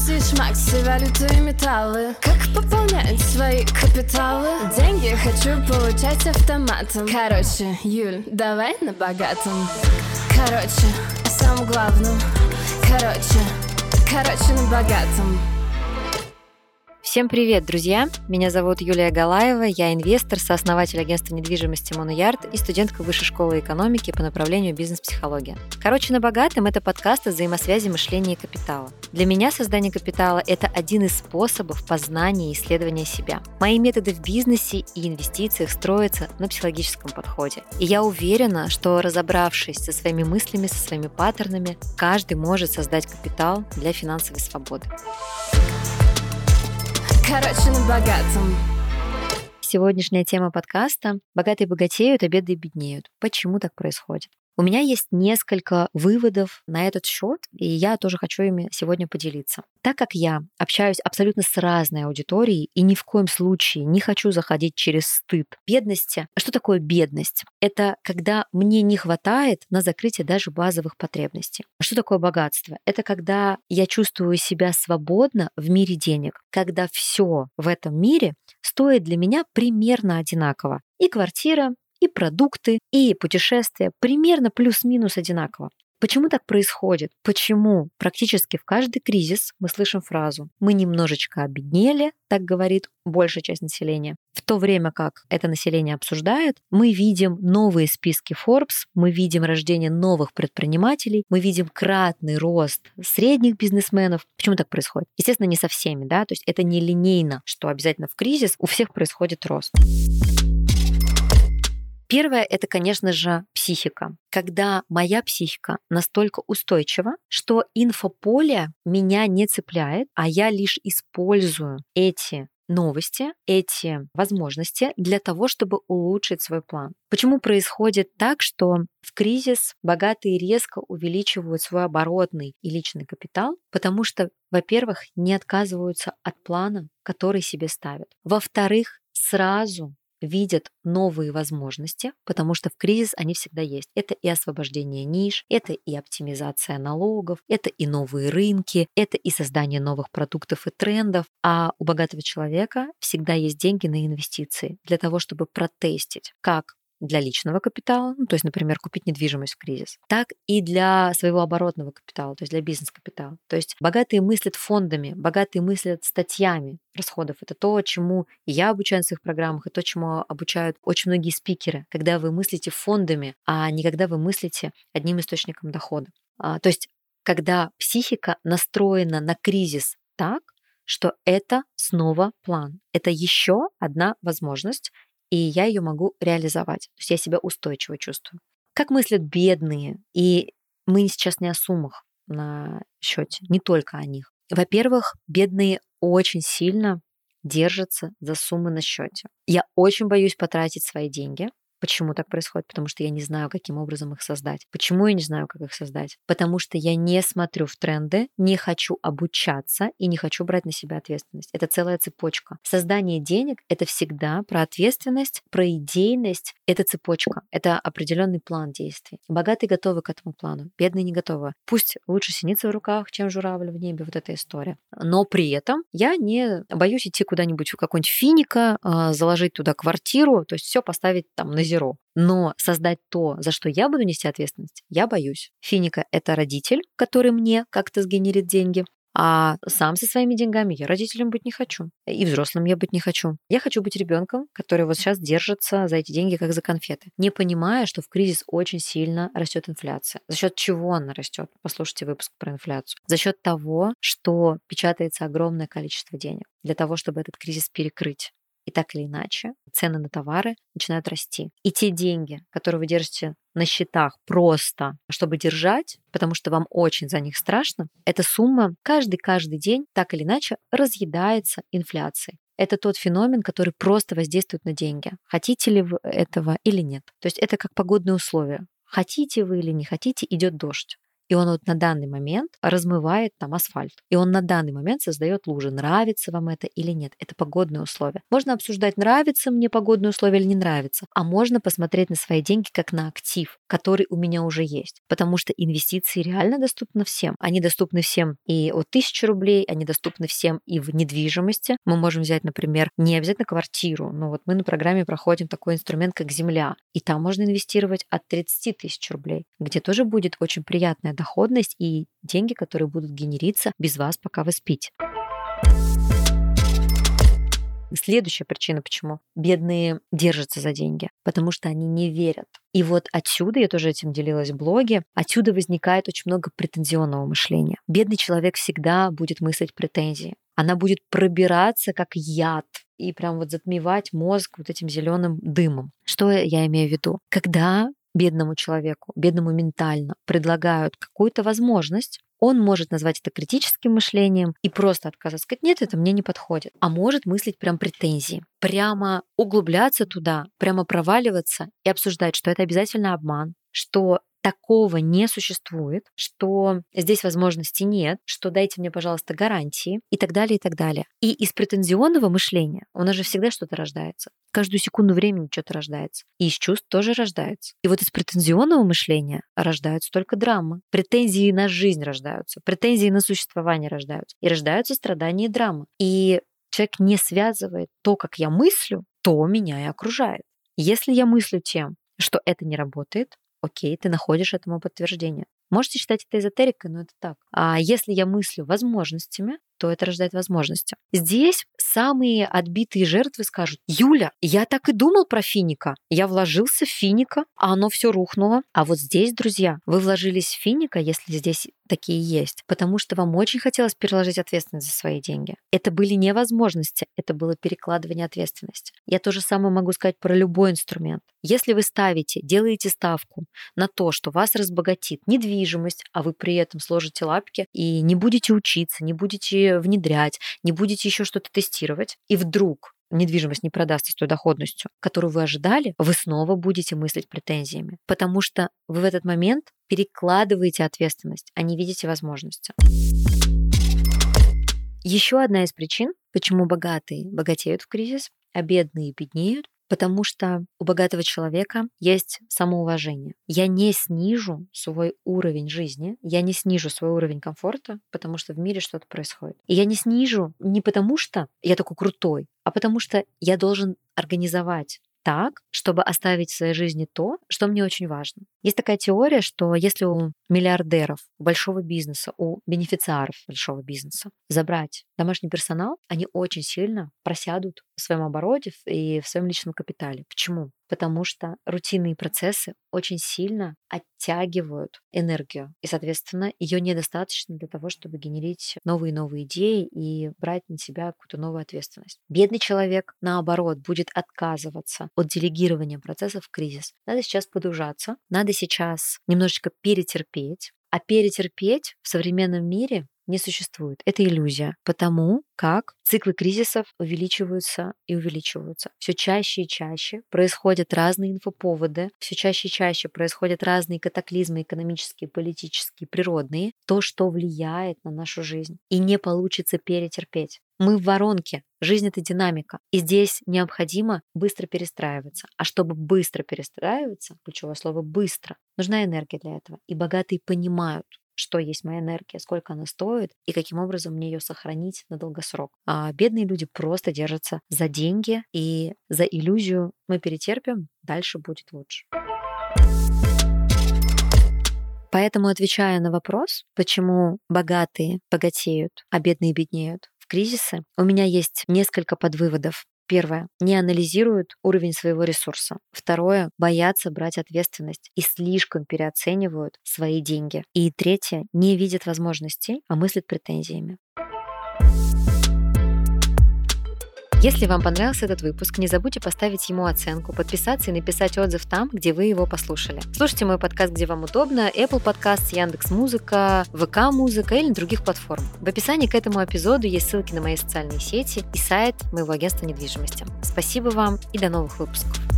Акции, шмакси, валюты и металлы. Как пополнять свои капиталы? Деньги хочу получать автоматом. Короче, Юль, давай на богатом. Короче, о самом главном. Короче, на богатом. Всем привет, друзья! Меня зовут Юлия Галаева, я инвестор, сооснователь агентства недвижимости Моноярд и студентка Высшей школы экономики по направлению бизнес-психология. «Короче, на богатом» — это подкаст о взаимосвязи мышления и капитала. Для меня создание капитала — это один из способов познания и исследования себя. Мои методы в бизнесе и инвестициях строятся на психологическом подходе. И я уверена, что, разобравшись со своими мыслями, со своими паттернами, каждый может создать капитал для финансовой свободы. Короче, на богатом. Сегодняшняя тема подкаста «Богатые богатеют, а бедные беднеют». Почему так происходит? У меня есть несколько выводов на этот счет, и я тоже хочу ими сегодня поделиться. Так как я общаюсь абсолютно с разной аудиторией и ни в коем случае не хочу заходить через стыд бедности. Что такое бедность? Это когда мне не хватает на закрытие даже базовых потребностей. Что такое богатство? Это когда я чувствую себя свободно в мире денег, когда все в этом мире стоит для меня примерно одинаково. И квартира, и продукты, и путешествия примерно плюс-минус одинаково. Почему так происходит? Почему практически в каждый кризис мы слышим фразу «мы немножечко обеднели», так говорит большая часть населения. В то время как это население обсуждает, мы видим новые списки Forbes, мы видим рождение новых предпринимателей, мы видим кратный рост средних бизнесменов. Почему так происходит? Естественно, не со всеми, да, то есть это не линейно, что обязательно в кризис у всех происходит рост. Первое — это, конечно же, психика. Когда моя психика настолько устойчива, что инфополе меня не цепляет, а я лишь использую эти новости, эти возможности для того, чтобы улучшить свой план. Почему происходит так, что в кризис богатые резко увеличивают свой оборотный и личный капитал? Потому что, во-первых, не отказываются от плана, который себе ставят. Во-вторых, сразу видят новые возможности, потому что в кризис они всегда есть. Это и освобождение ниш, это и оптимизация налогов, это и новые рынки, это и создание новых продуктов и трендов. А у богатого человека всегда есть деньги на инвестиции для того, чтобы протестить, как для личного капитала, то есть, например, купить недвижимость в кризис, так и для своего оборотного капитала, то есть для бизнес-капитала. То есть богатые мыслят фондами, богатые мыслят статьями расходов. Это то, чему и я обучаю в своих программах, и то, чему обучают очень многие спикеры, когда вы мыслите фондами, а не когда вы мыслите одним источником дохода. То есть когда психика настроена на кризис так, что это снова план. Это еще одна возможность, и я ее могу реализовать. То есть я себя устойчиво чувствую. Как мыслят бедные? И мы сейчас не о суммах на счете, не только о них. Во-первых, бедные очень сильно держатся за суммы на счете. Я очень боюсь потратить свои деньги. Почему так происходит? Потому что я не знаю, каким образом их создать. Почему я не знаю, как их создать? Потому что я не смотрю в тренды, не хочу обучаться и не хочу брать на себя ответственность. Это целая цепочка. Создание денег — это всегда про ответственность, про идейность. Это цепочка, это определенный план действий. Богатые готовы к этому плану, бедные не готовы. Пусть лучше синица в руках, чем журавль в небе, вот эта история. Но при этом я не боюсь идти куда-нибудь в какой-нибудь Финика, заложить туда квартиру, то есть все поставить там на зеро. Но создать то, за что я буду нести ответственность, я боюсь. Финика — это родитель, который мне как-то сгенерит деньги, а сам со своими деньгами я родителем быть не хочу. И взрослым я быть не хочу. Я хочу быть ребенком, который вот сейчас держится за эти деньги, как за конфеты, не понимая, что в кризис очень сильно растет инфляция. За счет чего она растет? Послушайте выпуск про инфляцию. За счет того, что печатается огромное количество денег для того, чтобы этот кризис перекрыть. И так или иначе, цены на товары начинают расти. И те деньги, которые вы держите на счетах просто, чтобы держать, потому что вам очень за них страшно, эта сумма каждый день так или иначе разъедается инфляцией. Это тот феномен, который просто воздействует на деньги. Хотите ли вы этого или нет? То есть это как погодные условия. Хотите вы или не хотите, идет дождь. и он вот на данный момент размывает там асфальт, и он на данный момент создает лужи. Нравится вам это или нет? Это погодные условия. Можно обсуждать, нравится мне погодные условия или не нравится, а можно посмотреть на свои деньги как на актив, который у меня уже есть, потому что инвестиции реально доступны всем. Они доступны всем и от 1000 рублей, они доступны всем и в недвижимости. Мы можем взять, например, не обязательно квартиру, но вот мы на программе проходим такой инструмент, как земля, и там можно инвестировать от 30 000 рублей, где тоже будет очень приятная доходность и деньги, которые будут генериться без вас, пока вы спите. Следующая причина, почему бедные держатся за деньги, потому что они не верят. И вот отсюда, я тоже этим делилась в блоге, отсюда возникает очень много претензионного мышления. Бедный человек всегда будет мыслить претензии. Она будет пробираться как яд и прям вот затмевать мозг вот этим зеленым дымом. Что я имею в виду? Когда бедному человеку, бедному ментально предлагают какую-то возможность, он может назвать это критическим мышлением и просто отказаться, сказать, нет, это мне не подходит. А может мыслить прям претензии, прямо углубляться туда, прямо проваливаться и обсуждать, что это обязательно обман, что такого не существует, что здесь возможности нет, что дайте мне, пожалуйста, гарантии и так далее, и так далее. И из претензионного мышления у нас же всегда что-то рождается. Каждую секунду времени что-то рождается. И из чувств тоже рождается. И вот из претензионного мышления рождаются только драмы. Претензии на жизнь рождаются, претензии на существование рождаются. И рождаются страдания и драмы. И человек не связывает то, как я мыслю, то меня и окружает. Если я мыслю тем, что это не работает, окей, ты находишь этому подтверждение. Можете считать это эзотерикой, но это так. А если я мыслю возможностями, то это рождает возможности. Здесь самые отбитые жертвы скажут: Юля, я так и думал про финика. Я вложился в финика, а оно все рухнуло. А вот здесь, друзья, вы вложились в финика, если здесь такие есть, потому что вам очень хотелось переложить ответственность за свои деньги. Это были не возможности, это было перекладывание ответственности. Я то же самое могу сказать про любой инструмент. Если вы делаете ставку на то, что вас разбогатит недвижимость, а вы при этом сложите лапки и не будете учиться, не будете внедрять, не будете еще что-то тестировать, и вдруг недвижимость не продастся с той доходностью, которую вы ожидали, вы снова будете мыслить претензиями, потому что вы в этот момент перекладываете ответственность, а не видите возможности. Еще одна из причин, почему богатые богатеют в кризис, а бедные беднеют, потому что у богатого человека есть самоуважение. Я не снижу свой уровень жизни, я не снижу свой уровень комфорта, потому что в мире что-то происходит. И я не снижу не потому, что я такой крутой, а потому что я должен организовать так, чтобы оставить в своей жизни то, что мне очень важно. Есть такая теория, что если у миллиардеров, у большого бизнеса, у бенефициаров большого бизнеса забрать домашний персонал, они очень сильно просядут в своем обороте и в своем личном капитале. Почему? Потому что рутинные процессы очень сильно оттягивают энергию, и, соответственно, ее недостаточно для того, чтобы генерить новые идеи и брать на себя какую-то новую ответственность. Бедный человек, наоборот, будет отказываться от делегирования процессов в кризис. Надо сейчас подужаться, надо сейчас немножечко перетерпеть, а перетерпеть в современном мире не существует. Это иллюзия, потому как циклы кризисов увеличиваются и увеличиваются. Все чаще и чаще происходят разные инфоповоды, все чаще и чаще происходят разные катаклизмы экономические, политические, природные, то, что влияет на нашу жизнь. И не получится перетерпеть. Мы в воронке. Жизнь — это динамика. И здесь необходимо быстро перестраиваться. А чтобы быстро перестраиваться, ключевое слово «быстро», нужна энергия для этого. И богатые понимают, что есть моя энергия, сколько она стоит и каким образом мне ее сохранить на долгосрок. А бедные люди просто держатся за деньги и за иллюзию «мы перетерпим, дальше будет лучше». Поэтому, отвечая на вопрос, почему богатые богатеют, а бедные беднеют в кризисы, у меня есть несколько подвыводов. Первое. Не анализируют уровень своего ресурса. Второе. Боятся брать ответственность и слишком переоценивают свои деньги. И третье. Не видят возможностей, а мыслят претензиями. Если вам понравился этот выпуск, не забудьте поставить ему оценку, подписаться и написать отзыв там, где вы его послушали. Слушайте мой подкаст, где вам удобно: Apple Podcasts, Яндекс.Музыка, ВК-музыка или на других платформах. В описании к этому эпизоду есть ссылки на мои социальные сети и сайт моего агентства недвижимости. Спасибо вам и до новых выпусков.